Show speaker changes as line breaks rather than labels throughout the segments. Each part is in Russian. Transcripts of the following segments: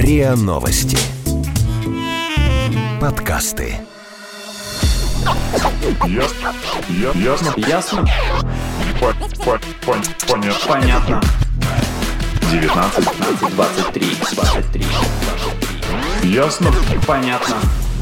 РИА Новости. Подкасты.
Ясно? Понятно. 19, 23. Ясно? Понятно.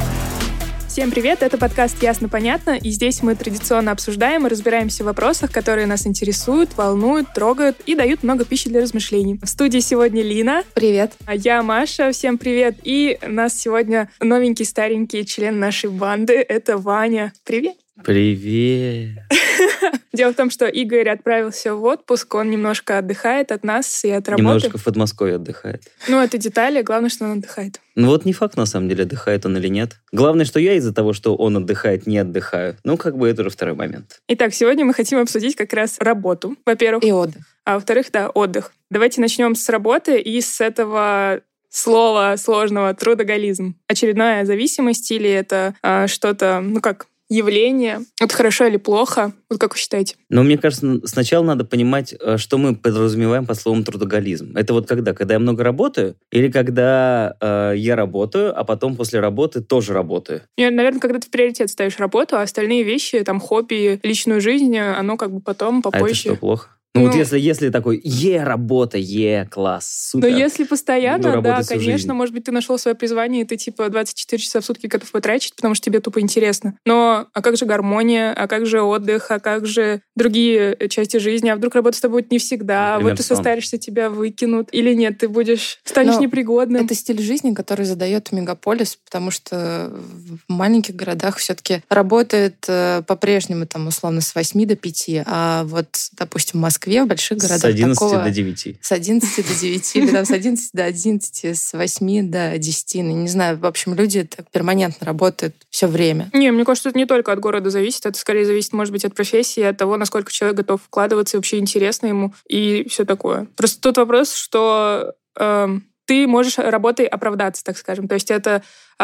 Всем привет, это подкаст «Ясно-понятно», и здесь мы традиционно обсуждаем и разбираемся в вопросах, которые нас интересуют, волнуют, трогают и дают много пищи для размышлений. В студии сегодня Лина.
Привет.
А я Маша, всем привет. И у нас сегодня новенький старенький член нашей банды, это Ваня. Привет.
Привет.
Дело в том, что Игорь отправился в отпуск, он немножко отдыхает от нас и от работы.
Немножко в Подмосковье отдыхает.
Ну, это детали, главное, что он отдыхает.
Ну вот не факт, на самом деле, отдыхает он или нет. Главное, что я из-за того, что он отдыхает, не отдыхаю. Ну, как бы это уже второй момент.
Итак, сегодня мы хотим обсудить как раз работу, во-первых.
И отдых.
А во-вторых, да, отдых. Давайте начнем с работы и с этого слова сложного трудоголизм. Очередная зависимость или это что-то, явление. Это хорошо или плохо? Вот как вы считаете?
Но мне кажется, сначала надо понимать, что мы подразумеваем под словом трудоголизм. Это вот когда? Когда я много работаю? Или когда я работаю, а потом после работы тоже работаю?
Наверное, когда ты в приоритет ставишь работу, а остальные вещи, там, хобби, личную жизнь, оно как бы потом, попозже.
А это что, плохо? Ну, вот если такой, работа, класс, супер.
Но если постоянно, да, конечно,
жизнь.
Может быть, ты нашел свое призвание, и ты, 24 часа в сутки готов потратить, потому что тебе тупо интересно. Но, а как же гармония, а как же отдых, а как же другие части жизни? А вдруг работа с тобой будет не всегда?
Например,
вот ты состаришься, тебя выкинут. Или нет, ты станешь непригодным.
Это стиль жизни, который задает мегаполис, потому что в маленьких городах все-таки работает по-прежнему, там, условно, с 8 до 5, а вот, допустим, в Москве, в больших городах
с 11 до 9.
С 11 до 9, или там с 11 до 11, с 8 до 10. Ну, не знаю, в общем, люди так перманентно работают все время.
Не, мне кажется, это не только от города зависит, это скорее зависит, может быть, от профессии, от того, насколько человек готов вкладываться, и вообще интересно ему, и все такое. Просто тут вопрос, что ты можешь работой оправдаться, так скажем. То есть это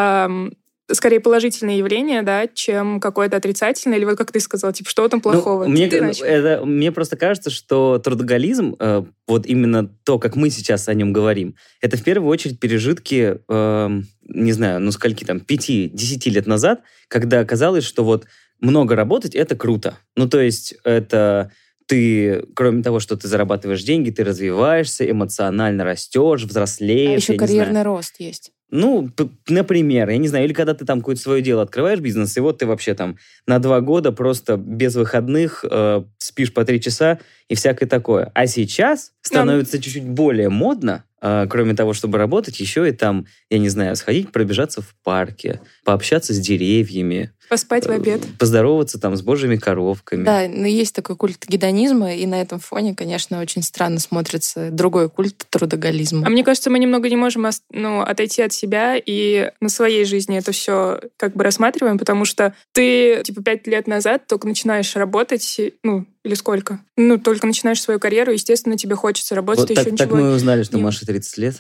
скорее положительное явление, да, чем какое-то отрицательное, или вот как ты сказал, что там плохого?
Мне просто кажется, что трудоголизм, вот именно то, как мы сейчас о нем говорим, это в первую очередь пережитки, не знаю, скольки там, 5-10 лет назад, когда оказалось, что вот много работать — это круто. Ну, то есть это... Ты, кроме того, что ты зарабатываешь деньги, ты развиваешься, эмоционально растешь, взрослеешь.
А еще карьерный рост есть.
Ну, например, я не знаю, или когда ты там какое-то свое дело открываешь, бизнес, и вот ты вообще там на 2 года просто без выходных спишь по 3 часа и всякое такое. А сейчас становится чуть-чуть более модно, кроме того, чтобы работать, еще и там, я не знаю, сходить пробежаться в парке, пообщаться с деревьями.
Поспать в обед.
Поздороваться там с божьими коровками.
Да, но есть такой культ гедонизма, и на этом фоне, конечно, очень странно смотрится другой культ трудоголизма.
А мне кажется, мы немного не можем отойти от себя и на своей жизни это все как бы рассматриваем, потому что ты 5 лет назад только начинаешь работать, или сколько? Только начинаешь свою карьеру, естественно, тебе хочется работать,
вот
ты еще ничего...
Так мы узнали, что Маше 30 лет.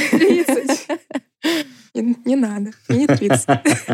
30. Не надо, мне не 30.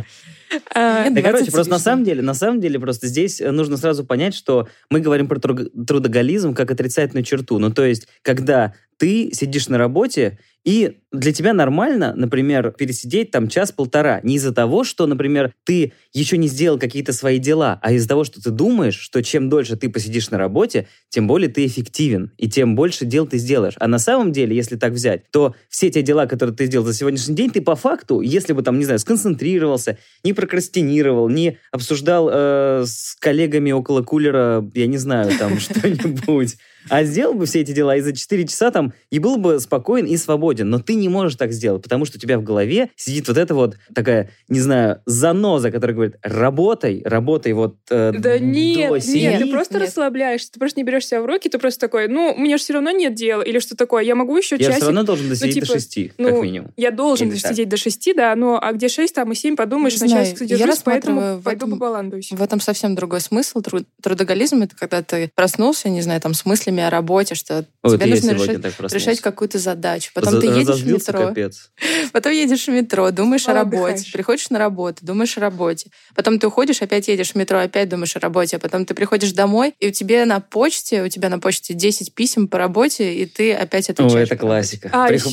Короче, просто на самом деле, просто здесь нужно сразу понять, что мы говорим про трудоголизм как отрицательную черту. Ну, то есть, когда ты сидишь на работе, и для тебя нормально, например, пересидеть там 1-1.5. Не из-за того, что, например, ты еще не сделал какие-то свои дела, а из-за того, что ты думаешь, что чем дольше ты посидишь на работе, тем более ты эффективен, и тем больше дел ты сделаешь. А на самом деле, если так взять, то все те дела, которые ты сделал за сегодняшний день, ты по факту, если бы там, не знаю, сконцентрировался, не прокрастинировал, не обсуждал с коллегами около кулера, я не знаю, там что-нибудь, а сделал бы все эти дела и за 4 часа там, и был бы спокоен и свободен. Но ты не можешь так сделать, потому что у тебя в голове сидит вот эта вот такая, не знаю, заноза, которая говорит, работай вот
да нет,
до 7.
ты просто расслабляешься, ты просто не берешь себя в руки, ты просто такой, у меня же все равно нет дела, или что такое, я могу еще часик.
Я все равно должен досидеть до 6, как минимум.
Я должен досидеть до 6, да, а где 6, там и 7, подумаешь, на часик задержусь, поэтому пойду побаландуюсь.
В этом совсем другой смысл. Трудоголизм — это когда ты проснулся, не знаю, там, с мыслями мыслями о работе, что тебе нужно решать какую-то задачу. Потом ты едешь в метро.
Капец.
Потом едешь в метро, думаешь о работе. Приходишь на работу, думаешь о работе. Потом ты уходишь, опять едешь в метро, опять думаешь о работе. А потом ты приходишь домой, и у тебя на почте 10 писем по работе, и ты опять отвечаешь.
О, это классика.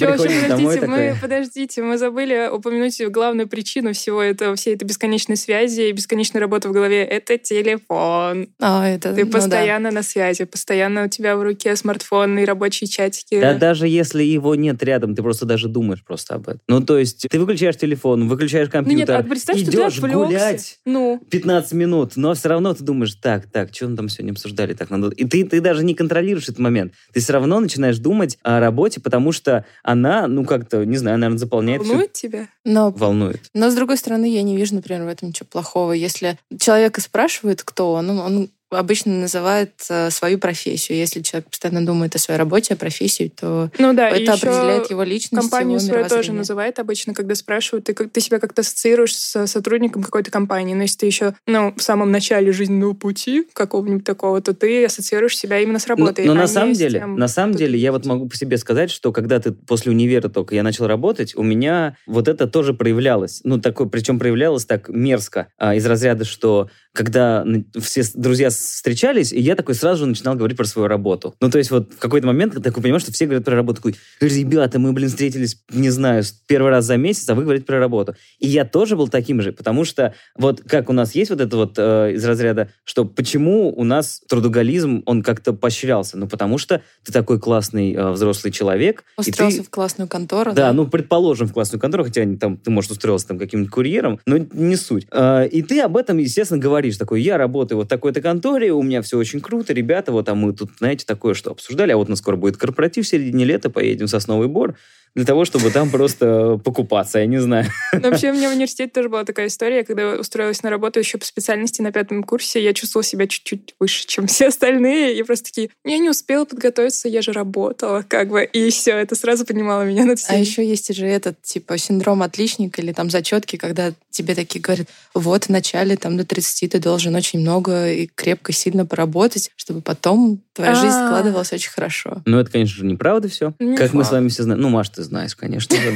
Подождите, мы забыли упомянуть главную причину всей этой бесконечной связи и бесконечной работы в голове. Это телефон. Ты постоянно на связи, постоянно у тебя в руке смартфон и рабочие чатики.
Да, даже если его нет рядом, ты просто даже думаешь просто об этом. Ну, то есть, ты выключаешь телефон, выключаешь компьютер, идешь гулять 15 минут, но все равно ты думаешь, так, что мы там сегодня обсуждали? Так, надо... И ты даже не контролируешь этот момент. Ты все равно начинаешь думать о работе, потому что она, как-то, не знаю, наверное, заполняет...
Волнует тебя?
Волнует.
Но, с другой стороны, я не вижу, например, в этом ничего плохого. Если человека спрашивают, кто он обычно называет свою профессию. Если человек постоянно думает о своей работе, о профессии, то это определяет его личность,
компанию
его
свою тоже называет обычно, когда спрашивают, ты себя как-то ассоциируешь с сотрудником какой-то компании. Но если ты еще в самом начале жизненного пути какого-нибудь такого, то ты ассоциируешь себя именно с работой.
Но на самом деле, я вот могу по себе сказать, что когда ты после универа только я начал работать, у меня вот это тоже проявлялось. Причем проявлялось так мерзко, из разряда, что когда все друзья встречались, и я такой сразу же начинал говорить про свою работу. То есть вот в какой-то момент ты такой понимаешь, что все говорят про работу. Такой, ребята, мы, встретились, не знаю, первый раз за месяц, а вы говорите про работу. И я тоже был таким же, потому что вот как у нас есть вот это из разряда, что почему у нас трудоголизм, он как-то поощрялся? Потому что ты такой классный взрослый человек.
Устроился в классную контору.
Да, предположим, в классную контору, хотя ты, может, устроился там каким-нибудь курьером, но не суть. И ты об этом, естественно, говоришь. Такой, я работаю вот в такой-то конторе, у меня все очень круто, ребята, мы тут, знаете, такое что обсуждали, у нас скоро будет корпоратив в середине лета, поедем в Сосновый Бор, для того, чтобы там просто покупаться, я не знаю.
Вообще, у меня в университете тоже была такая история, когда я устроилась на работу еще по специальности на 5 курсе, я чувствовала себя чуть-чуть выше, чем все остальные, и просто такие, я не успела подготовиться, я же работала, и все, это сразу поднимало меня над всем.
А еще есть же этот, синдром отличника или зачетки, когда тебе такие говорят, вот в начале до 30 ты должен очень много и крепко, сильно поработать, чтобы потом твоя жизнь складывалась очень хорошо.
Это, конечно же, неправда все. Как мы с вами все знаем. Маша, ты знаешь, конечно же,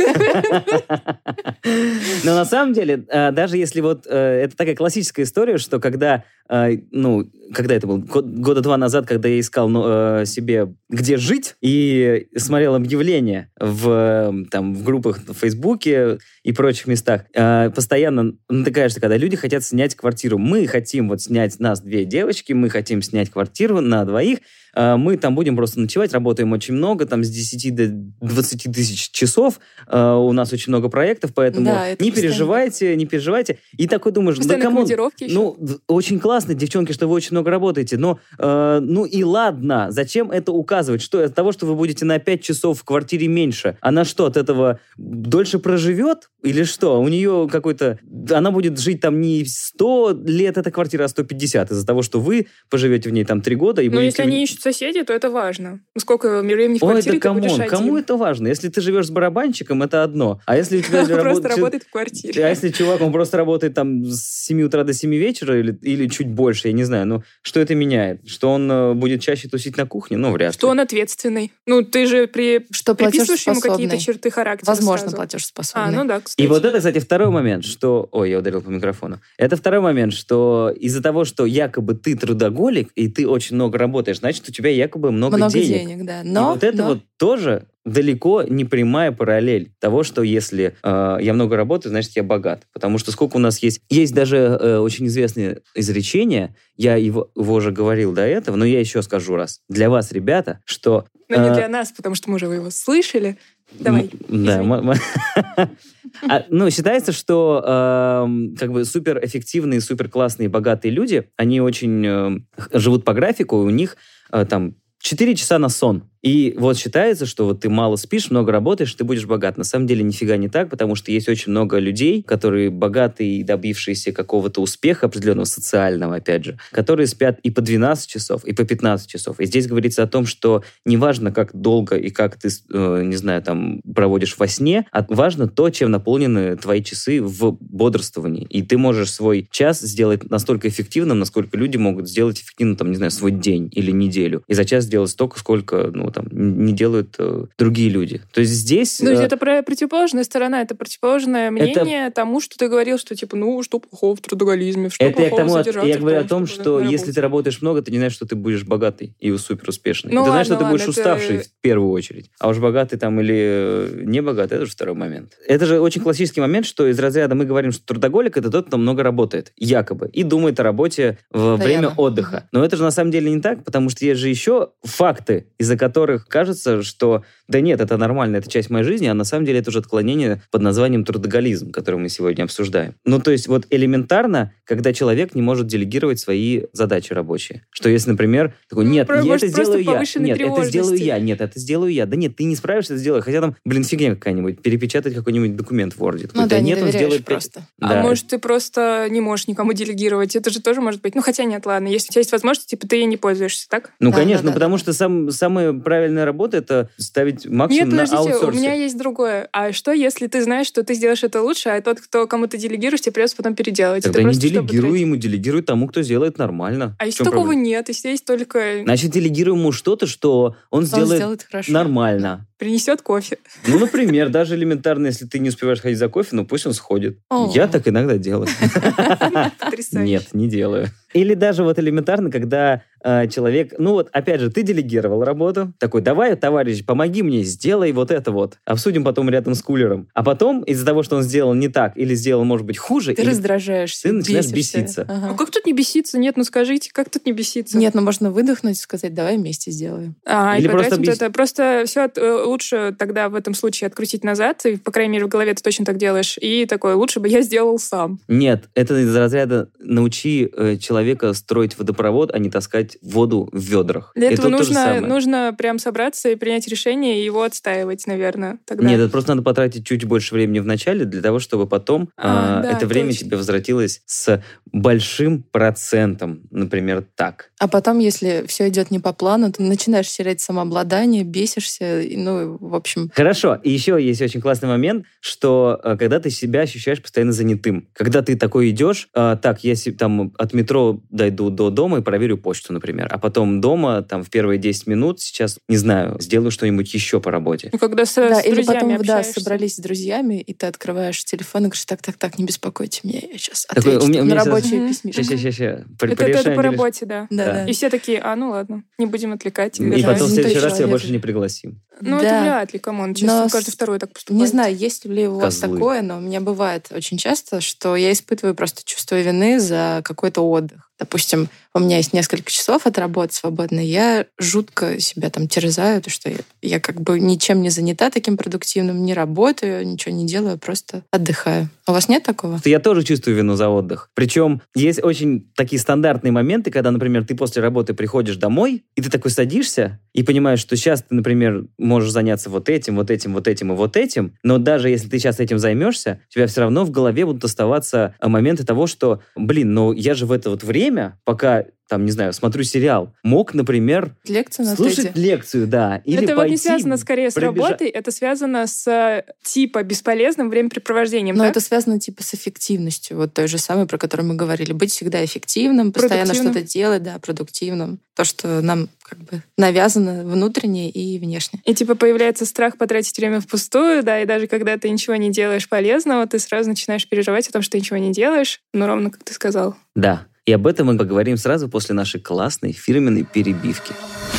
да. Но на самом деле, даже если это такая классическая история, что когда это было? Года 2 назад, когда я искал себе, где жить, и смотрел объявления в группах в Фейсбуке и прочих местах, постоянно натыкаешься, когда люди хотят снять квартиру. Мы хотим снять, нас 2 девочки, мы хотим снять квартиру на 2, мы там будем просто ночевать, работаем очень много, с 10 до 20 тысяч часов, у нас очень много проектов, поэтому не переживайте. И такой думаешь,
командировки еще.
Очень классно, девчонки, что вы очень много работаете, но и ладно, зачем это указывать? Что от того, что вы будете на 5 часов в квартире меньше, она что, от этого дольше проживет? Или что? У нее она будет жить не 100 лет эта квартира, а 150, из-за того, что вы поживете в ней 3 года. И
будете... если они ищут соседи, то это важно. Сколько времени в квартире ты будешь один?
Кому это важно? Если ты живешь с барабанщиком, это одно. А если у тебя
он просто работает в квартире.
А если чувак, он просто работает с 7 утра до 7 вечера или чуть больше, я не знаю, что это меняет? Что он будет чаще тусить на кухне? Вряд ли.
Что он ответственный. Ты же приписываешь ему какие-то черты характера.
Возможно, платежеспособный.
Да, кстати.
И это, кстати, второй момент, что... Ой, я ударил по микрофону. Это второй момент, что из-за того, что якобы ты трудоголик, и ты очень много работаешь, значит, у тебя якобы много денег.
Много денег, да. Но,
и это тоже далеко не прямая параллель того, что если я много работаю, значит, я богат. Потому что сколько у нас есть... Есть даже очень известное изречение, я его уже говорил до этого, но я еще скажу раз. Для вас, ребята, что...
Но не для нас, потому что мы уже его слышали. Давай.
Да. Считается, что суперэффективные, суперклассные, богатые люди, они очень живут по графику, и у них 4 часа на сон. И считается, что ты мало спишь, много работаешь, ты будешь богат. На самом деле нифига не так, потому что есть очень много людей, которые богатые и добившиеся какого-то успеха определенного, социального, опять же, которые спят и по 12 часов, и по 15 часов. И здесь говорится о том, что неважно, как долго и как ты, проводишь во сне, а важно то, чем наполнены твои часы в бодрствовании. И ты можешь свой час сделать настолько эффективным, насколько люди могут сделать эффективным, свой день или неделю. И за час сделать столько, сколько не делают другие люди. То есть здесь...
это противоположная сторона, это противоположное мнение тому, что ты говорил, что что плохого в трудоголизме, что плохого содержаться.
Я говорю о том, что если ты работаешь много, ты не знаешь, что ты будешь богатый и супер успешный. Ты знаешь, что ты будешь уставший в первую очередь. А уж богатый там или не богатый, это уже второй момент. Это же очень классический момент, что из разряда мы говорим, что трудоголик — это тот, кто много работает, якобы, и думает о работе во время отдыха. Но это же на самом деле не так, потому что есть же еще факты, из-за которых кажется, что да нет, это нормально, это часть моей жизни, а на самом деле это уже отклонение под названием трудоголизм, которое мы сегодня обсуждаем. То есть элементарно, когда человек не может делегировать свои задачи рабочие. Что если, например, такой, нет, это сделаю я. Нет, это сделаю я. Нет, это сделаю я. Да нет, ты не справишься, это сделай. Хотя там, фигня какая-нибудь. Перепечатать какой-нибудь документ в Word.
Нет, он сделает просто.
Да. А может, ты просто не можешь никому делегировать. Это же тоже может быть. Хотя нет, ладно. Если у тебя есть возможность, ты ей не пользуешься, так?
Конечно, потому что самая правильная работа — это ставить максимум на аутсорсе.
Нет, у меня есть другое. А что, если ты знаешь, что ты сделаешь это лучше, а тот, кому ты делегируешь, тебе придется потом переделать?
Тогда не делегируй ему, делегируй тому, кто сделает нормально.
А если такого нет, если есть только...
Значит, делегируй ему что-то, что он сделает нормально.
Принесет кофе.
Например, даже элементарно, если ты не успеваешь ходить за кофе, пусть он сходит. Я так иногда делаю. Нет, не делаю. Или даже элементарно, когда человек... опять же, ты делегировал работу. Такой, давай, товарищ, помоги мне, сделай это. Обсудим потом рядом с кулером. А потом, из-за того, что он сделал не так или сделал, может быть, хуже...
Ты раздражаешься,
ты начинаешь беситься.
Ага. А как тут не беситься? Нет, скажите, как тут не беситься?
Нет, можно выдохнуть и сказать, давай вместе сделаем.
Или просто все лучше тогда в этом случае открутить назад, и, по крайней мере, в голове ты точно так делаешь, и такое, лучше бы я сделал сам.
Нет, это из разряда научи человека строить водопровод, а не таскать воду в ведрах.
Для этого нужно прям собраться и принять решение, и его отстаивать, наверное. Тогда.
Нет, это просто надо потратить чуть больше времени в начале, для того, чтобы потом это время тебе возвратилось с большим процентом, например, так.
А потом, если все идет не по плану, ты начинаешь терять самообладание, бесишься, в общем...
Хорошо. И еще есть очень классный момент, что когда ты себя ощущаешь постоянно занятым. Когда ты такой идешь, я от метро дойду до дома и проверю почту, например. А потом дома, в первые 10 минут, сейчас, не знаю, сделаю что-нибудь еще по работе.
Когда с друзьями
или потом,
общаешься.
Собрались с друзьями, и ты открываешь телефон и говоришь, так, не беспокойте меня, я сейчас
отвечу
на рабочее письмишко.
Сейчас.
Это по работе, да.
Да.
И все такие, ладно, не будем отвлекать.
И потом в следующий раз тебя больше не пригласим.
Это вряд ли, камон. Честно, каждый второй так поступает.
Не знаю, есть ли у вас такое, но у меня бывает очень часто, что я испытываю просто чувство вины за какой-то отдых. Допустим, у меня есть несколько часов от работы свободной, я жутко себя терзаю, то что я ничем не занята таким продуктивным, не работаю, ничего не делаю, просто отдыхаю. А у вас нет такого?
Я тоже чувствую вину за отдых. Причем есть очень такие стандартные моменты, когда, например, ты после работы приходишь домой, и ты такой садишься и понимаешь, что сейчас ты, например, можешь заняться этим, но даже если ты сейчас этим займешься, у тебя все равно в голове будут оставаться моменты того, что, я же в это время, пока смотрю сериал, мог, например, слушать лекцию, да. Или
это не связано скорее с работой, это связано с бесполезным времяпрепровождением.
Но это связано с эффективностью, той же самой, про которую мы говорили. Быть всегда эффективным, постоянно что-то делать, продуктивным. То, что нам навязано внутренне и внешне.
И появляется страх потратить время впустую, да, и даже когда ты ничего не делаешь полезного, ты сразу начинаешь переживать о том, что ты ничего не делаешь, ровно как ты сказал.
Да. И об этом мы поговорим сразу после нашей классной фирменной перебивки.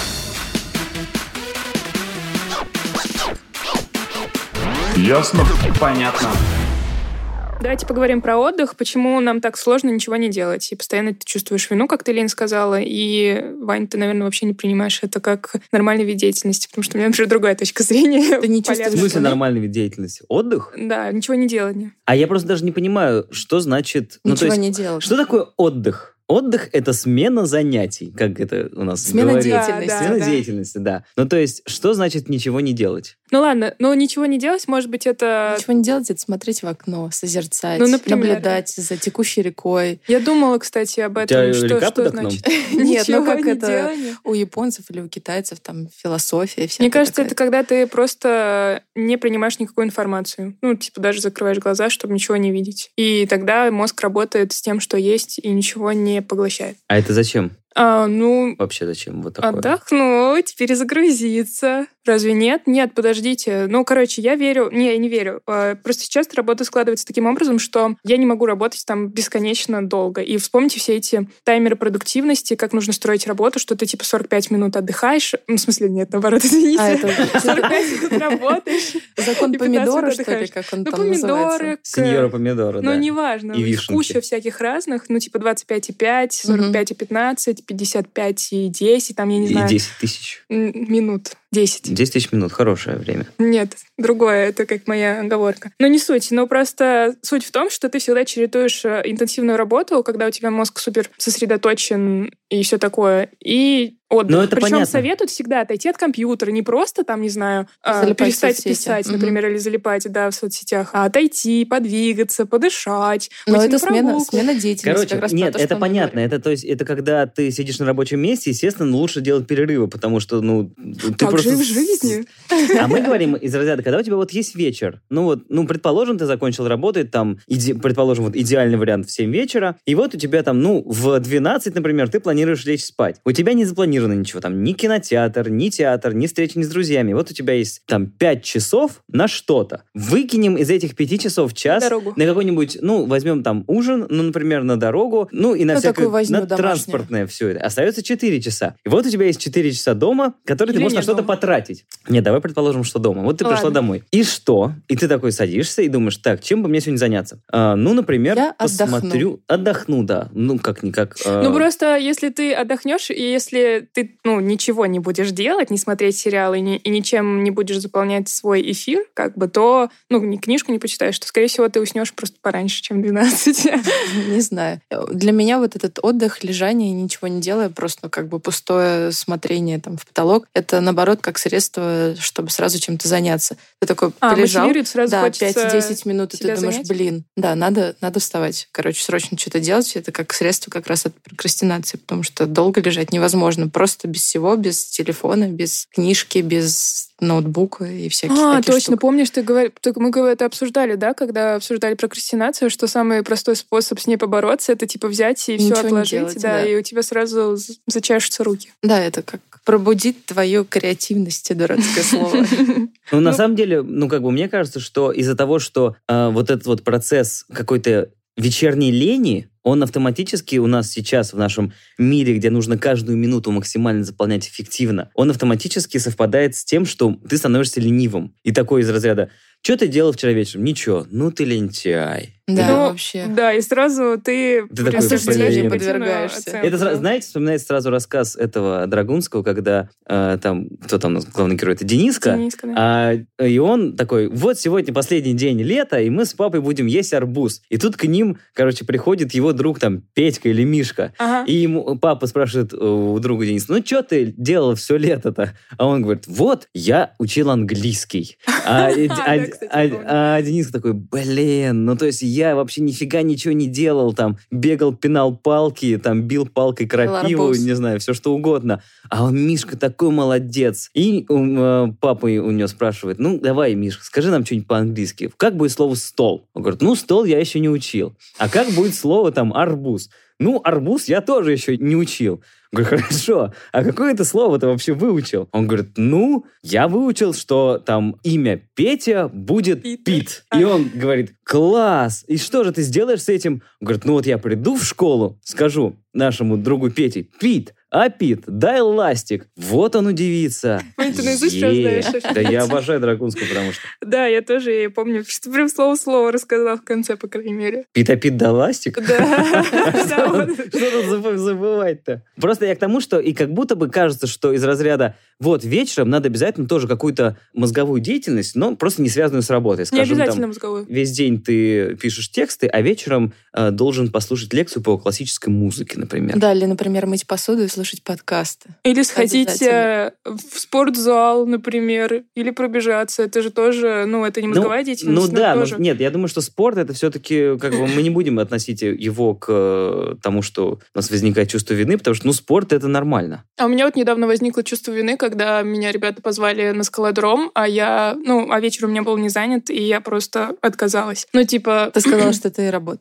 Ясно? Понятно.
Давайте поговорим про отдых, почему нам так сложно ничего не делать. И постоянно ты чувствуешь вину, как ты, Лен, сказала. И, Вань, ты, наверное, вообще не принимаешь это как нормальный вид деятельности, потому что у меня, например, другая точка зрения.
Ты не чувствуешь?
В смысле нормальный вид деятельности? Отдых?
Да, ничего не делание.
А я просто даже не понимаю, что значит...
Ничего не делать.
Что такое отдых? Отдых — это смена занятий, как это у нас говорится. Смена деятельности, да. То есть, что значит ничего не делать?
Ладно, ничего не делать, может быть, это...
Ничего не делать — это смотреть в окно, созерцать, наблюдать за текущей рекой.
Я думала, кстати, об этом.
Что значит?
Нет, как это у японцев или у китайцев, философия.
Мне кажется, это когда ты просто не принимаешь никакую информацию. Даже закрываешь глаза, чтобы ничего не видеть. И тогда мозг работает с тем, что есть, и ничего не поглощает.
А это зачем? Вообще зачем вот такое?
Отдохнуть, перезагрузиться. Разве нет? Нет, подождите. Я верю. Я не верю. Просто часто работа складывается таким образом, что я не могу работать там бесконечно долго. И вспомните все эти таймеры продуктивности, как нужно строить работу, что ты 45 минут отдыхаешь. В смысле, нет, наоборот, извините. 45 минут работаешь.
Закон помидора, что ли, как он там называется?
Сеньора помидора, да.
Неважно.
И вишенки.
Куча всяких разных. 25,5, 45,15, 55,10, там, я не знаю.
И 10 тысяч.
Минут. 10.
10 тысяч минут. Хорошее время.
Нет, другое. Это как моя оговорка. Не суть. Просто суть в том, что ты всегда чередуешь интенсивную работу, когда у тебя мозг супер сосредоточен и все такое, и отдых. Причем
понятно.
советуют всегда отойти от компьютера. Не просто там, не знаю, перестать писать, например, или залипать в соцсетях, а отойти, подвигаться, подышать.
Но это смена деятельности.
Как раз нет, это понятно. Это когда ты сидишь на рабочем месте, естественно, лучше делать перерывы, потому что, ты просто...
в жизни.
А мы говорим из разряда, когда у тебя есть вечер, предположим, ты закончил работать, предположим, идеальный вариант в 7 вечера, и у тебя в 12, например, ты планируешь лечь спать. У тебя не запланировано ничего, ни кинотеатр, ни театр, ни встречи с друзьями. У тебя есть 5 часов на что-то. Выкинем из этих 5 часов час на какой-нибудь, возьмем ужин, например, на дорогу, и на всякое, на транспортное все это. Остается 4 часа. И у тебя есть 4 часа дома, которые ты можешь на что-то потратить. Нет, давай предположим, что дома. Ты пришла домой. И что? И ты такой садишься и думаешь, так, чем бы мне сегодня заняться? Например,
я
посмотрю... Отдохну, да. Как-никак.
Просто если ты отдохнешь, и если ты, ничего не будешь делать, не смотреть сериалы и ничем не будешь заполнять свой эфир, то, книжку не почитаешь, то, скорее всего, ты уснешь просто пораньше, чем 12.
Не знаю. Для меня этот отдых, лежание, ничего не делая, просто пустое смотрение в потолок, это, наоборот, как средство, чтобы сразу чем-то заняться. Ты такой полежал,
сразу
5-10 минут, и ты думаешь, надо вставать. Срочно что-то делать. Это как средство как раз от прокрастинации, потому что долго лежать невозможно. Просто без всего, без телефона, без книжки, без ноутбука и всяких таких
точно.
штук.
Помнишь, мы это обсуждали, да, когда обсуждали прокрастинацию, что самый простой способ с ней побороться — это взять и все отложить,
делать, да,
и у тебя сразу зачешутся руки.
Да, это как пробудить твою креативность, дурацкое слово.
На самом деле, мне кажется, что из-за того, что этот процесс какой-то вечерней лени, он автоматически у нас сейчас в нашем мире, где нужно каждую минуту максимально заполнять эффективно, он автоматически совпадает с тем, что ты становишься ленивым. И такой из разряда: что ты делал вчера вечером? Ничего. Ты лентяй.
Да, вообще.
Да, и сразу ты
осуждению подвергаешься.
Это, знаете, вспоминается сразу рассказ этого Драгунского, когда кто там у нас главный герой? Это Дениска.
Да.
И он такой: сегодня последний день лета, и мы с папой будем есть арбуз. И тут к ним, приходит его друг Петька или Мишка.
Ага.
И ему папа спрашивает у друга Дениса: что ты делал все лето-то? А он говорит: я учил английский. А Денис такой: то есть я вообще нифига ничего не делал, бегал, пинал палки, бил палкой крапиву, не знаю, все что угодно. А он, Мишка, такой молодец. И папа у него спрашивает: давай, Мишка, скажи нам что-нибудь по-английски. Как будет слово «стол»? Он говорит: стол я еще не учил. А как будет слово арбуз? Арбуз я тоже еще не учил. Говорю: хорошо, а какое это слово ты вообще выучил? Он говорит: я выучил, что имя Петя будет Пит. И он говорит: класс, и что же ты сделаешь с этим? Он говорит: я приду в школу, скажу нашему другу Пете: Пит, Пит, дай ластик. Он удивится.
Ты наизусть знаешь.
Да я обожаю Драгунскую, потому что...
Да, я тоже ее помню, что прям слово рассказала в конце, по крайней мере.
Пит, дай ластик?
Да.
Что тут забывать-то? Просто я к тому, что и как будто бы кажется, что из разряда вечером надо обязательно тоже какую-то мозговую деятельность, но просто не связанную с работой.
Не обязательно мозговую.
Весь день ты пишешь тексты, а вечером должен послушать лекцию по классической музыке, например.
Да, или, например, мыть посуду и слушать подкасты.
Или сходить в спортзал, например, или пробежаться. Это же тоже, это не мозговая деятельность.
Нет, я думаю, что спорт — это все-таки, мы не будем относить его к тому, что у нас возникает чувство вины, потому что, спорт — это нормально.
А у меня недавно возникло чувство вины, когда меня ребята позвали на скалодром, а вечер у меня был не занят, и я просто отказалась.
Ты сказала, что ты работаешь.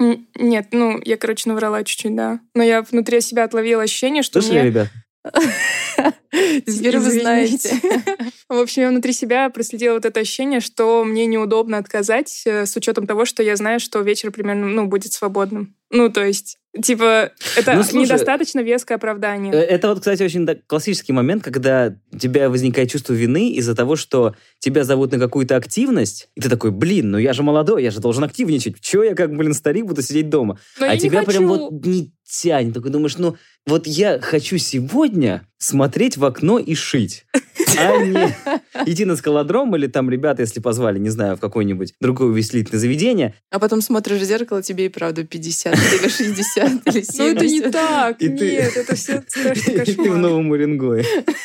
Нет, я, наврала чуть-чуть, да. Но я внутри себя отловила ощущение, что
Слышали, ребят?
Теперь вы знаете.
В общем, я внутри себя проследила вот это ощущение, что мне неудобно отказать с учетом того, что я знаю, что вечер примерно, будет свободным. То есть, это недостаточно веское оправдание.
Это вот, кстати, очень классический момент, когда у тебя возникает чувство вины из-за того, что тебя зовут на какую-то активность, и ты такой, я же молодой, я же должен активничать. Чего я как, старик буду сидеть дома?
Но
тебя прям не тянет. Такой думаешь, я хочу сегодня смотреть в окно и шить, а не идти на скалодром или там ребята, если позвали, не знаю, в какое-нибудь другое увеселительное заведение.
А потом смотришь в зеркало, тебе и правда 50 или 60 или 70.
Это не так. Нет, это все страшный кошмар.
И ты в Новом Уренгое.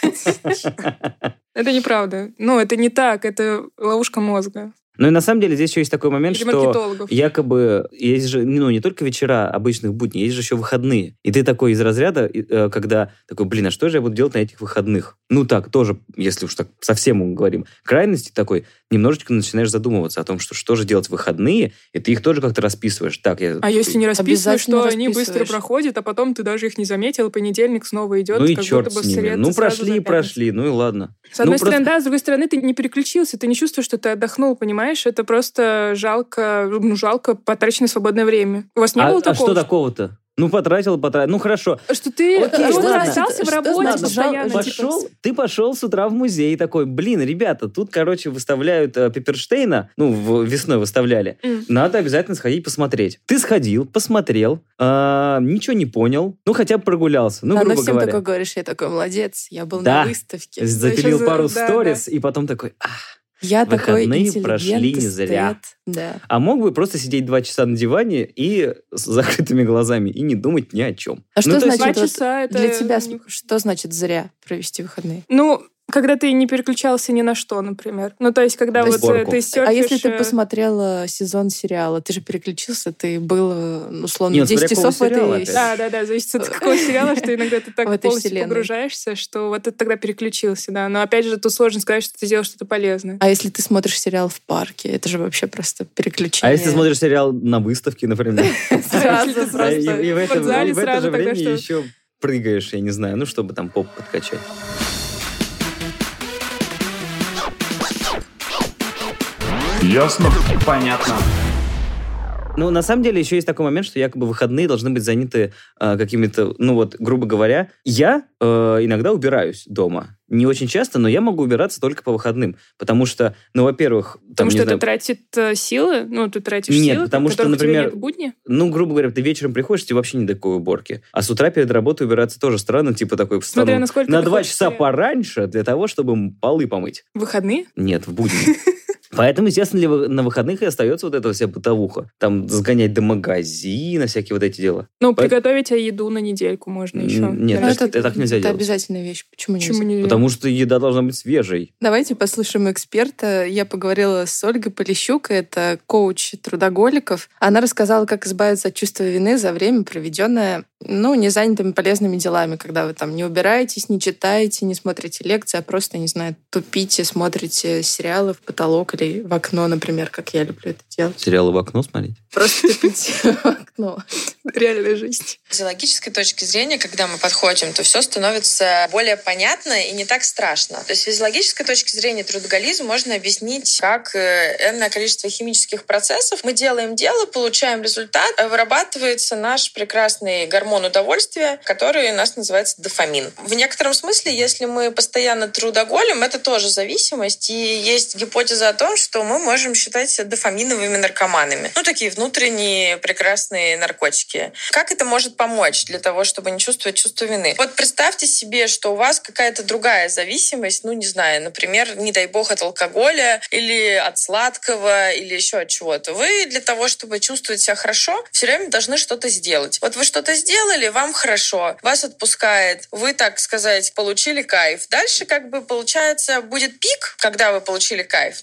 Это неправда. Это не так. Это ловушка мозга.
Ну и на самом деле здесь еще есть такой момент,
или
что якобы есть же не только вечера обычных будней, есть же еще выходные. И ты такой из разряда, когда такой, а что же я буду делать на этих выходных? Так, тоже, если уж так совсем говорим, крайности такой, немножечко начинаешь задумываться о том, что же делать в выходные, и ты их тоже как-то расписываешь. А
если не расписываешь, то они быстро проходят, а потом ты даже их не заметил, понедельник снова идет,
и черт с ними. Прошли, и ладно.
С одной стороны, да, с другой стороны, ты не переключился, ты не чувствуешь, что ты отдохнул, понимаешь? Это просто жалко потраченное свободное время. У вас не было такого?
А что такого-то? Потратил. Хорошо.
Что ты остался в работе постоянно.
Ты пошел с утра в музей и такой, ребята, тут, выставляют Пепперштейна, весной выставляли. Надо обязательно сходить посмотреть. Ты сходил, посмотрел, ничего не понял, хотя бы прогулялся.
Грубо
говоря.
всем такой говоришь, я такой, молодец, я был на выставке.
Запилил пару сториз, и потом такой,
я такой интеллигент,
прошли не зря.
Да.
А мог бы просто сидеть 2 часа на диване и с закрытыми глазами и не думать ни о чем.
А что значит
2 часа это...
для тебя? Что значит зря провести выходные?
Когда ты не переключался ни на что, например. То есть, когда ты серфишь...
А если ты посмотрел сезон сериала, ты же переключился, ты был, условно, 10 часов в этой...
Да, зависит от какого сериала, что иногда ты так полностью погружаешься, что ты тогда переключился, да. Но опять же, тут сложно сказать, что ты делаешь что-то полезное.
А если ты смотришь сериал в парке, это же вообще просто переключение.
А если ты смотришь сериал на выставке, например?
Сразу просто.
И в это же время еще прыгаешь, я не знаю, чтобы там поп подкачать.
Ясно? Понятно.
На самом деле, еще есть такой момент, что якобы выходные должны быть заняты какими-то, грубо говоря, я иногда убираюсь дома. Не очень часто, но я могу убираться только по выходным. Потому что, во-первых...
Потому что это тратит силы? Ты тратишь силы?
Нет, потому что, например...
Нет в будни?
Грубо говоря, ты вечером приходишь, тебе вообще не до такой уборки. А с утра перед работой убираться тоже странно, такой встану на 2 часа пораньше для того, чтобы полы помыть.
В выходные?
Нет, в будни. Поэтому, естественно, на выходных и остается вот эта вся бытовуха. Там сгонять до магазина, всякие вот эти дела.
Приготовить еду на недельку можно еще.
Нет, это так нельзя делать.
Это обязательная вещь. Почему нельзя?
Потому что еда должна быть свежей.
Давайте послушаем эксперта. Я поговорила с Ольгой Полищук, это коуч трудоголиков. Она рассказала, как избавиться от чувства вины за время, проведенное незанятыми полезными делами, когда вы там не убираетесь, не читаете, не смотрите лекции, а просто, не знаю, тупите, смотрите сериалы в потолок или в окно, например, как я люблю это делать.
Сериалы в окно смотреть?
Просто тупите в окно.
Реальная жизнь.
С физиологической точки зрения, когда мы подходим, то все становится более понятно и не так страшно. То есть с физиологической точки зрения трудоголизм можно объяснить как энное количество химических процессов. Мы делаем дело, получаем результат, вырабатывается наш прекрасный гормон удовольствия, который у нас называется дофамин. В некотором смысле, если мы постоянно трудоголим, это тоже зависимость, и есть гипотеза о том, что мы можем считать дофаминовыми наркоманами. Такие внутренние прекрасные наркотики. Как это может помочь для того, чтобы не чувствовать чувство вины? Представьте себе, что у вас какая-то другая зависимость, не знаю, например, не дай бог от алкоголя или от сладкого или еще от чего-то. Вы для того, чтобы чувствовать себя хорошо, все время должны что-то сделать. Вы что-то сделали, вам хорошо, вас отпускает, вы, так сказать, получили кайф. Дальше получается будет пик, когда вы получили кайф, но дальше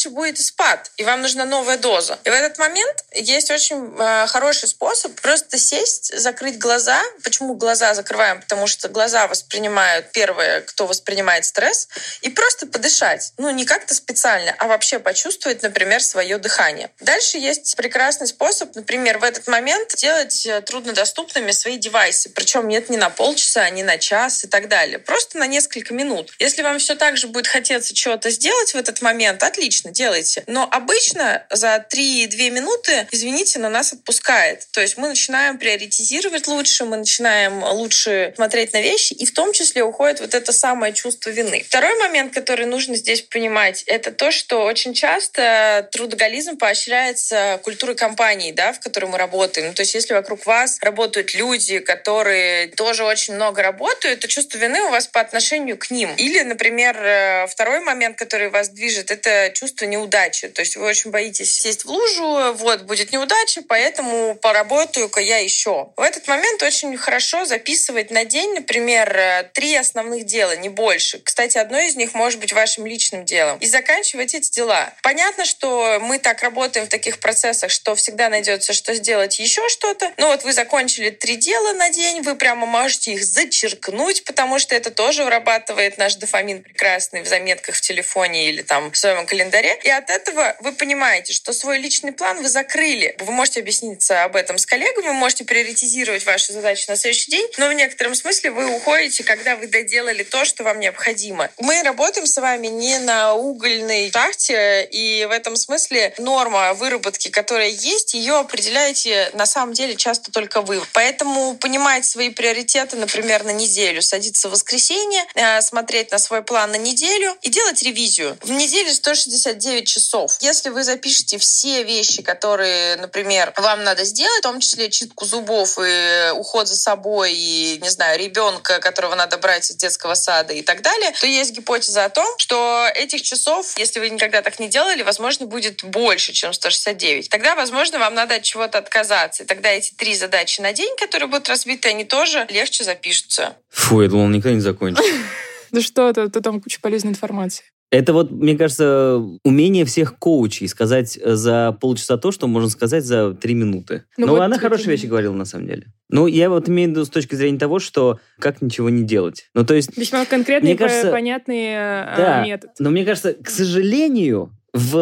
дальше будет спад, и вам нужна новая доза. И в этот момент есть очень хороший способ просто сесть, закрыть глаза. Почему глаза закрываем? Потому что глаза воспринимают, первое, кто воспринимает стресс, и просто подышать. Не как-то специально, а вообще почувствовать, например, свое дыхание. Дальше есть прекрасный способ, например, в этот момент делать труднодоступными свои девайсы. Причем нет не на полчаса, не на час и так далее. Просто на несколько минут. Если вам все так же будет хотеться чего-то сделать в этот момент, отлично, делайте. Но обычно за 3-2 минуты, извините, на нас отпускает. То есть мы начинаем приоритизировать лучше, мы начинаем лучше смотреть на вещи, и в том числе уходит вот это самое чувство вины. Второй момент, который нужно здесь понимать, это то, что очень часто трудоголизм поощряется культурой компании, да, в которой мы работаем. То есть если вокруг вас работают люди, которые тоже очень много работают, то чувство вины у вас по отношению к ним. Или, например, второй момент, который вас движет, это чувство неудачи. То есть вы очень боитесь сесть в лужу, будет неудача, поэтому поработаю-ка я еще. В этот момент очень хорошо записывать на день, например, 3 основных дела, не больше. Кстати, одно из них может быть вашим личным делом. И заканчивать эти дела. Понятно, что мы так работаем в таких процессах, что всегда найдется, что сделать еще что-то. Но вы закончили 3 дела на день, вы прямо можете их зачеркнуть, потому что это тоже вырабатывает наш дофамин прекрасный в заметках в телефоне или в своем календаре. И от этого вы понимаете, что свой личный план вы закрыли. Вы можете объясниться об этом с коллегами, вы можете приоритизировать ваши задачи на следующий день, но в некотором смысле вы уходите, когда вы доделали то, что вам необходимо. Мы работаем с вами не на угольной шахте, и в этом смысле норма выработки, которая есть, ее определяете на самом деле часто только вы. Поэтому понимать свои приоритеты, например, на неделю, садиться в воскресенье, смотреть на свой план на неделю и делать ревизию. В неделю 169 часов. Если вы запишете все вещи, которые, например, вам надо сделать, в том числе чистку зубов и уход за собой, и, ребенка, которого надо брать из детского сада и так далее, то есть гипотеза о том, что этих часов, если вы никогда так не делали, возможно, будет больше, чем 169. Тогда, возможно, вам надо от чего-то отказаться. И тогда эти 3 задачи на день, которые будут разбиты, они тоже легче запишутся.
Фу, я думал, никогда не закончится.
Да что это? Там куча полезной информации.
Это мне кажется, умение всех коучей сказать за полчаса то, что можно сказать за 3 минуты. Но она хорошие вещи говорила, на самом деле. Я имею в виду с точки зрения того, что как ничего не делать. То есть...
Весьма конкретный и понятный метод.
Но мне кажется, к сожалению,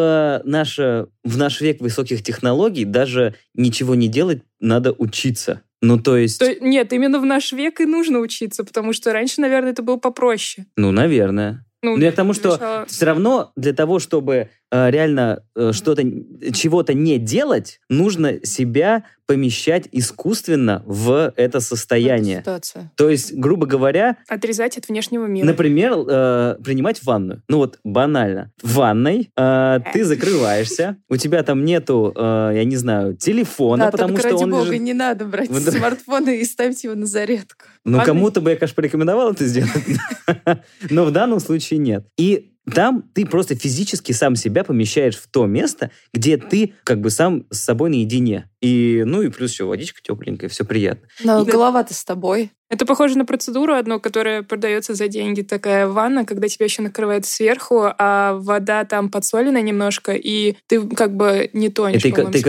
в наш век высоких технологий даже ничего не делать надо учиться.
Нет, именно в наш век и нужно учиться, потому что раньше, наверное, это было попроще.
Наверное. Я к тому, что все равно для того, чтобы реально чего-то не делать, нужно себя помещать искусственно в это состояние. То есть, грубо говоря...
Отрезать от внешнего мира.
Например, принимать ванную. банально. В ванной ты закрываешься, у тебя там нету, я не знаю, телефона, потому что он
ради бога, не надо брать смартфон и ставить его на зарядку.
Кому-то бы я, конечно, порекомендовал это сделать, но в данном случае нет. И там ты просто физически сам себя помещаешь в то место, где ты сам с собой наедине. И плюс еще водичка тепленькая, все приятно.
Но голова-то с тобой.
Это похоже на процедуру одну, которая продается за деньги. Такая ванна, когда тебя еще накрывает сверху, а вода там подсоленная немножко, и ты не тонешь.
И ты как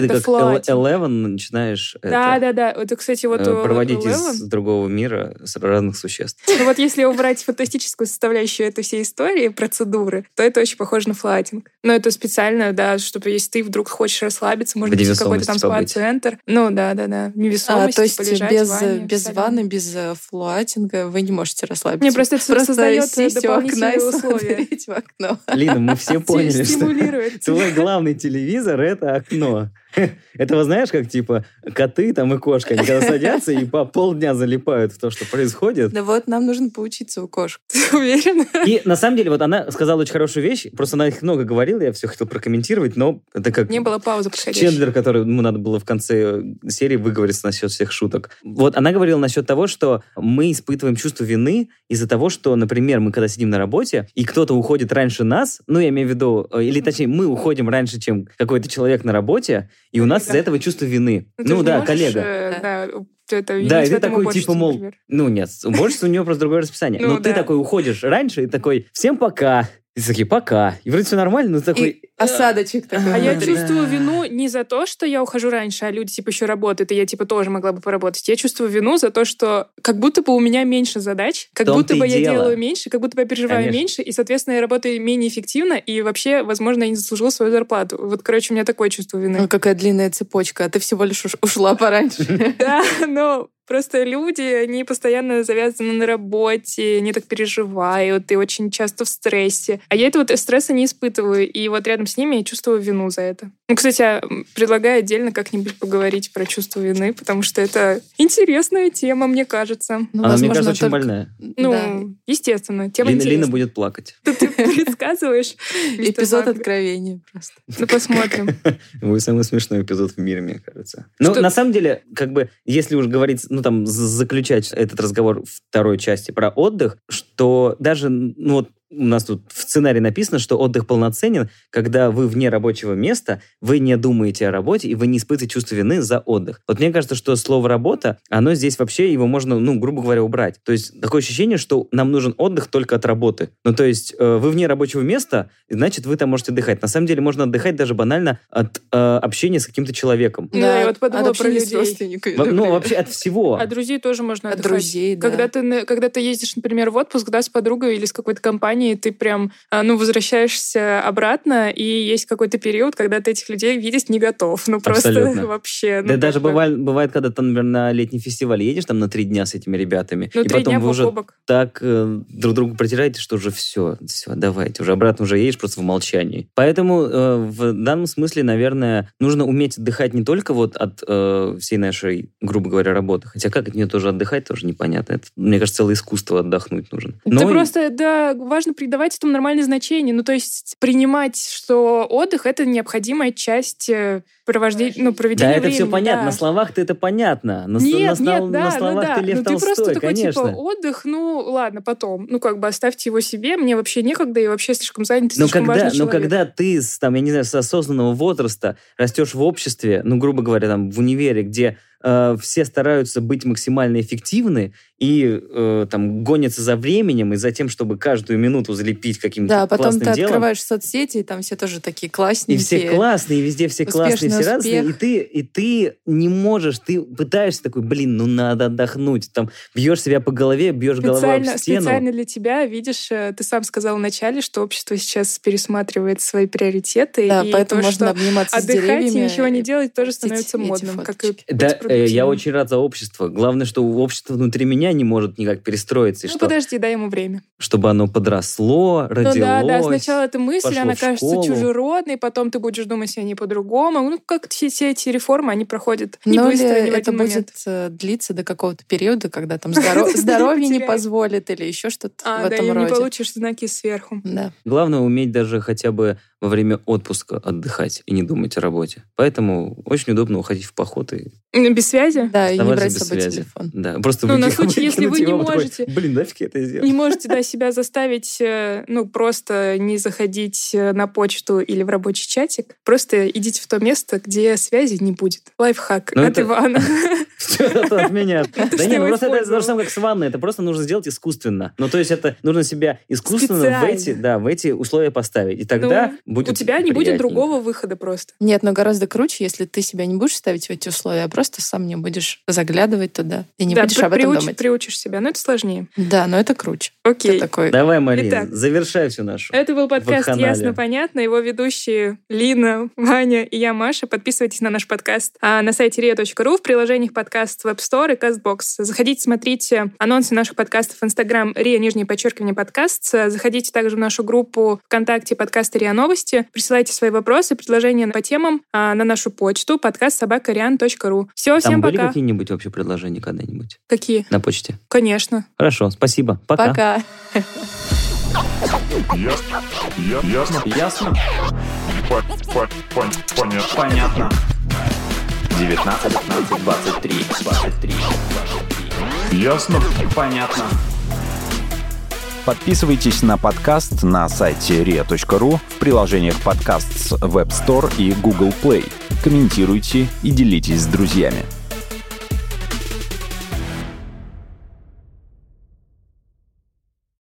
Eleven начинаешь
Да. Это, кстати,
проводить из другого мира с разных существ.
Если убрать фантастическую составляющую этой всей истории, процедуры, то это очень похоже на флайтинг. Но это специально, чтобы если ты вдруг хочешь расслабиться, может быть, какой-то там спа-центр. Невесомость,
то есть
полежать
без
ванны,
без флуатинга вы не можете расслабиться.
Мне просто это создает дополнительные условия.
В окно.
Лина, мы все поняли, что твой главный телевизор — это окно. Это, знаешь, как коты и кошка, они когда садятся и по полдня залипают в то, что происходит.
Да нам нужно поучиться у кошек.
Ты уверена?
И на самом деле, она сказала очень хорошую вещь, просто она их много говорила, я все хотел прокомментировать, но это как...
Не было паузы подходящей.
Чендлер, который ему надо было в конце серии выговориться насчет всех шуток. Она говорила насчет того, что мы испытываем чувство вины из-за того, что, например, мы когда сидим на работе, и кто-то уходит раньше нас, я имею в виду, или точнее, мы уходим раньше, чем какой-то человек на работе, и у нас из-за этого чувство вины. Коллега.
И
ты такой, мол,
например.
Нет, уборщица у него просто другое расписание. Но ты такой уходишь раньше и такой, всем пока. И такие, пока. И вроде все нормально, но такой...
И осадочек такой.
А я чувствую вину не за то, что я ухожу раньше, а люди, типа, еще работают, и я, типа, тоже могла бы поработать. Я чувствую вину за то, что как будто бы у меня меньше задач, как будто бы я делаю меньше, как будто бы я переживаю меньше, и, соответственно, я работаю менее эффективно, и вообще, возможно, я не заслужила свою зарплату. Вот, короче, у меня такое чувство вины.
Ну, какая длинная цепочка, а ты всего лишь ушла пораньше.
Да, но... Просто люди, они постоянно завязаны на работе, они так переживают, и очень часто в стрессе. А я этого стресса не испытываю, и вот рядом с ними я чувствую вину за это. Ну, кстати, предлагаю отдельно как-нибудь поговорить про чувство вины, потому что это интересная тема, мне кажется.
Ну, она, мне кажется, очень больная.
Ну, да. Естественно, тема интересная.
Лина будет плакать.
Ты предсказываешь?
Эпизод откровения просто.
Ну, посмотрим.
Будет самый смешной эпизод в мире, мне кажется. Ну, на самом деле, как бы, если уж говорить... Ну, там, заключать этот разговор второй части про отдых, что даже, ну, вот у нас тут в сценарии написано, что отдых полноценен, когда вы вне рабочего места, вы не думаете о работе, и вы не испытываете чувство вины за отдых. Вот мне кажется, что слово «работа», оно здесь вообще, его можно, ну, грубо говоря, убрать. То есть такое ощущение, что нам нужен отдых только от работы. Ну, то есть вы вне рабочего места, значит, вы там можете отдыхать. На самом деле можно отдыхать даже банально от общения с каким-то человеком.
Да, я вот подумала про людей.
Ну, вообще от всего.
От друзей тоже можно отдыхать.
От друзей, да.
Когда ты ездишь, например, в отпуск, да, с подругой или с какой-то компанией, ты прям, ну, возвращаешься обратно, и есть какой-то период, когда ты этих людей видеть не готов. Ну, просто
абсолютно.
Вообще.
Да, даже бывает, когда ты, например, на летний фестиваль едешь там на 3 дня с этими ребятами,
ну,
и потом вы уже
бок.
так друг другу протираете, что уже все, давайте, уже обратно уже едешь просто в молчании. Поэтому в данном смысле, наверное, нужно уметь отдыхать не только вот от всей нашей, грубо говоря, работы, хотя как от нее тоже отдыхать, тоже непонятно. Это, мне кажется, целое искусство отдохнуть нужно.
Это просто, да, важно придавать этому нормальное значение. Ну, то есть принимать, что отдых — это необходимая часть проведения времени.
Да, это все понятно. Да. На словах-то это понятно. На словах ты Лев Толстой,
ты просто такой,
конечно.
Типа, отдых, ну, ладно, потом. Ну, как бы оставьте его себе, мне вообще некогда, и вообще слишком занят, слишком важный человек.
Но когда ты, там, я не знаю, с осознанного возраста растешь в обществе, ну, грубо говоря, там, в универе, где все стараются быть максимально эффективны и там гонятся за временем и за тем, чтобы каждую минуту залепить каким-то классным делом. Да, потом ты
открываешь соцсети, и там все тоже такие классненькие.
И все классные, и везде все классные, все разные. И ты не можешь, ты пытаешься такой, блин, ну надо отдохнуть. Там бьешь себя по голове, бьешь головой об стену.
Специально для тебя, видишь, ты сам сказал вначале, что общество сейчас пересматривает свои приоритеты.
Да,
и
поэтому
то,
можно обниматься с деревьями.
Отдыхать и ничего не делать тоже становится модным. Как и
да, я очень рад за общество. Главное, что общество внутри меня не может никак перестроиться.
Ну, подожди, дай ему время.
Чтобы оно подросло, родилось.
Ну да, сначала эта мысль, она кажется чужеродной, потом ты будешь думать о ней по-другому. Ну, как все эти реформы, они проходят не быстро, не в один момент.
Это будет длиться до какого-то периода, когда там здоровье не позволит или еще что-то в этом роде.
Не получишь знаки сверху.
Да.
Главное уметь даже хотя бы во время отпуска отдыхать и не думать о работе. Поэтому очень удобно уходить в поход и...
Без связи?
Да, и не брать с собой телефон.
Да, просто
на случай, если вы не можете...
Блин, нафиг я это сделал?
Не можете, себя заставить, просто не заходить на почту или в рабочий чатик. Просто идите в то место, где связи не будет. Лайфхак от Ивана.
Что-то от меня. Да нет, просто это то же самое, как с ванной. Это просто нужно сделать искусственно. Ну, то есть это нужно себя искусственно в эти условия поставить. И тогда будет
у тебя не будет другого выхода просто.
Нет, но гораздо круче, если ты себя не будешь ставить в эти условия, а просто сам не будешь заглядывать туда и не будешь об этом думать.
Приучишь себя, но это сложнее.
Да, но это круче.
Окей.
Такой...
Давай, Марина, завершай всю нашу.
Это был подкаст «Ясно, понятно». Его ведущие Лина, Ваня и я, Маша. Подписывайтесь на наш подкаст на сайте ria.ru, в приложениях подкаст в App Store и CastBox. Заходите, смотрите анонсы наших подкастов в Instagram ria_подкаст. Заходите также в нашу группу ВКонтакте подкаста РИА Новости. Присылайте свои вопросы, предложения по темам на нашу почту podcast@rian.ru. Все, всем пока.
Были какие-нибудь вообще предложения когда-нибудь?
Какие?
На почте.
Конечно.
Хорошо, спасибо. Пока.
Пока.
Ясно. Понятно. 19, 23. Ясно. Понятно.
Подписывайтесь на подкаст на сайте ria.ru, в приложениях подкаст с Web Store и Google Play. Комментируйте и делитесь с друзьями.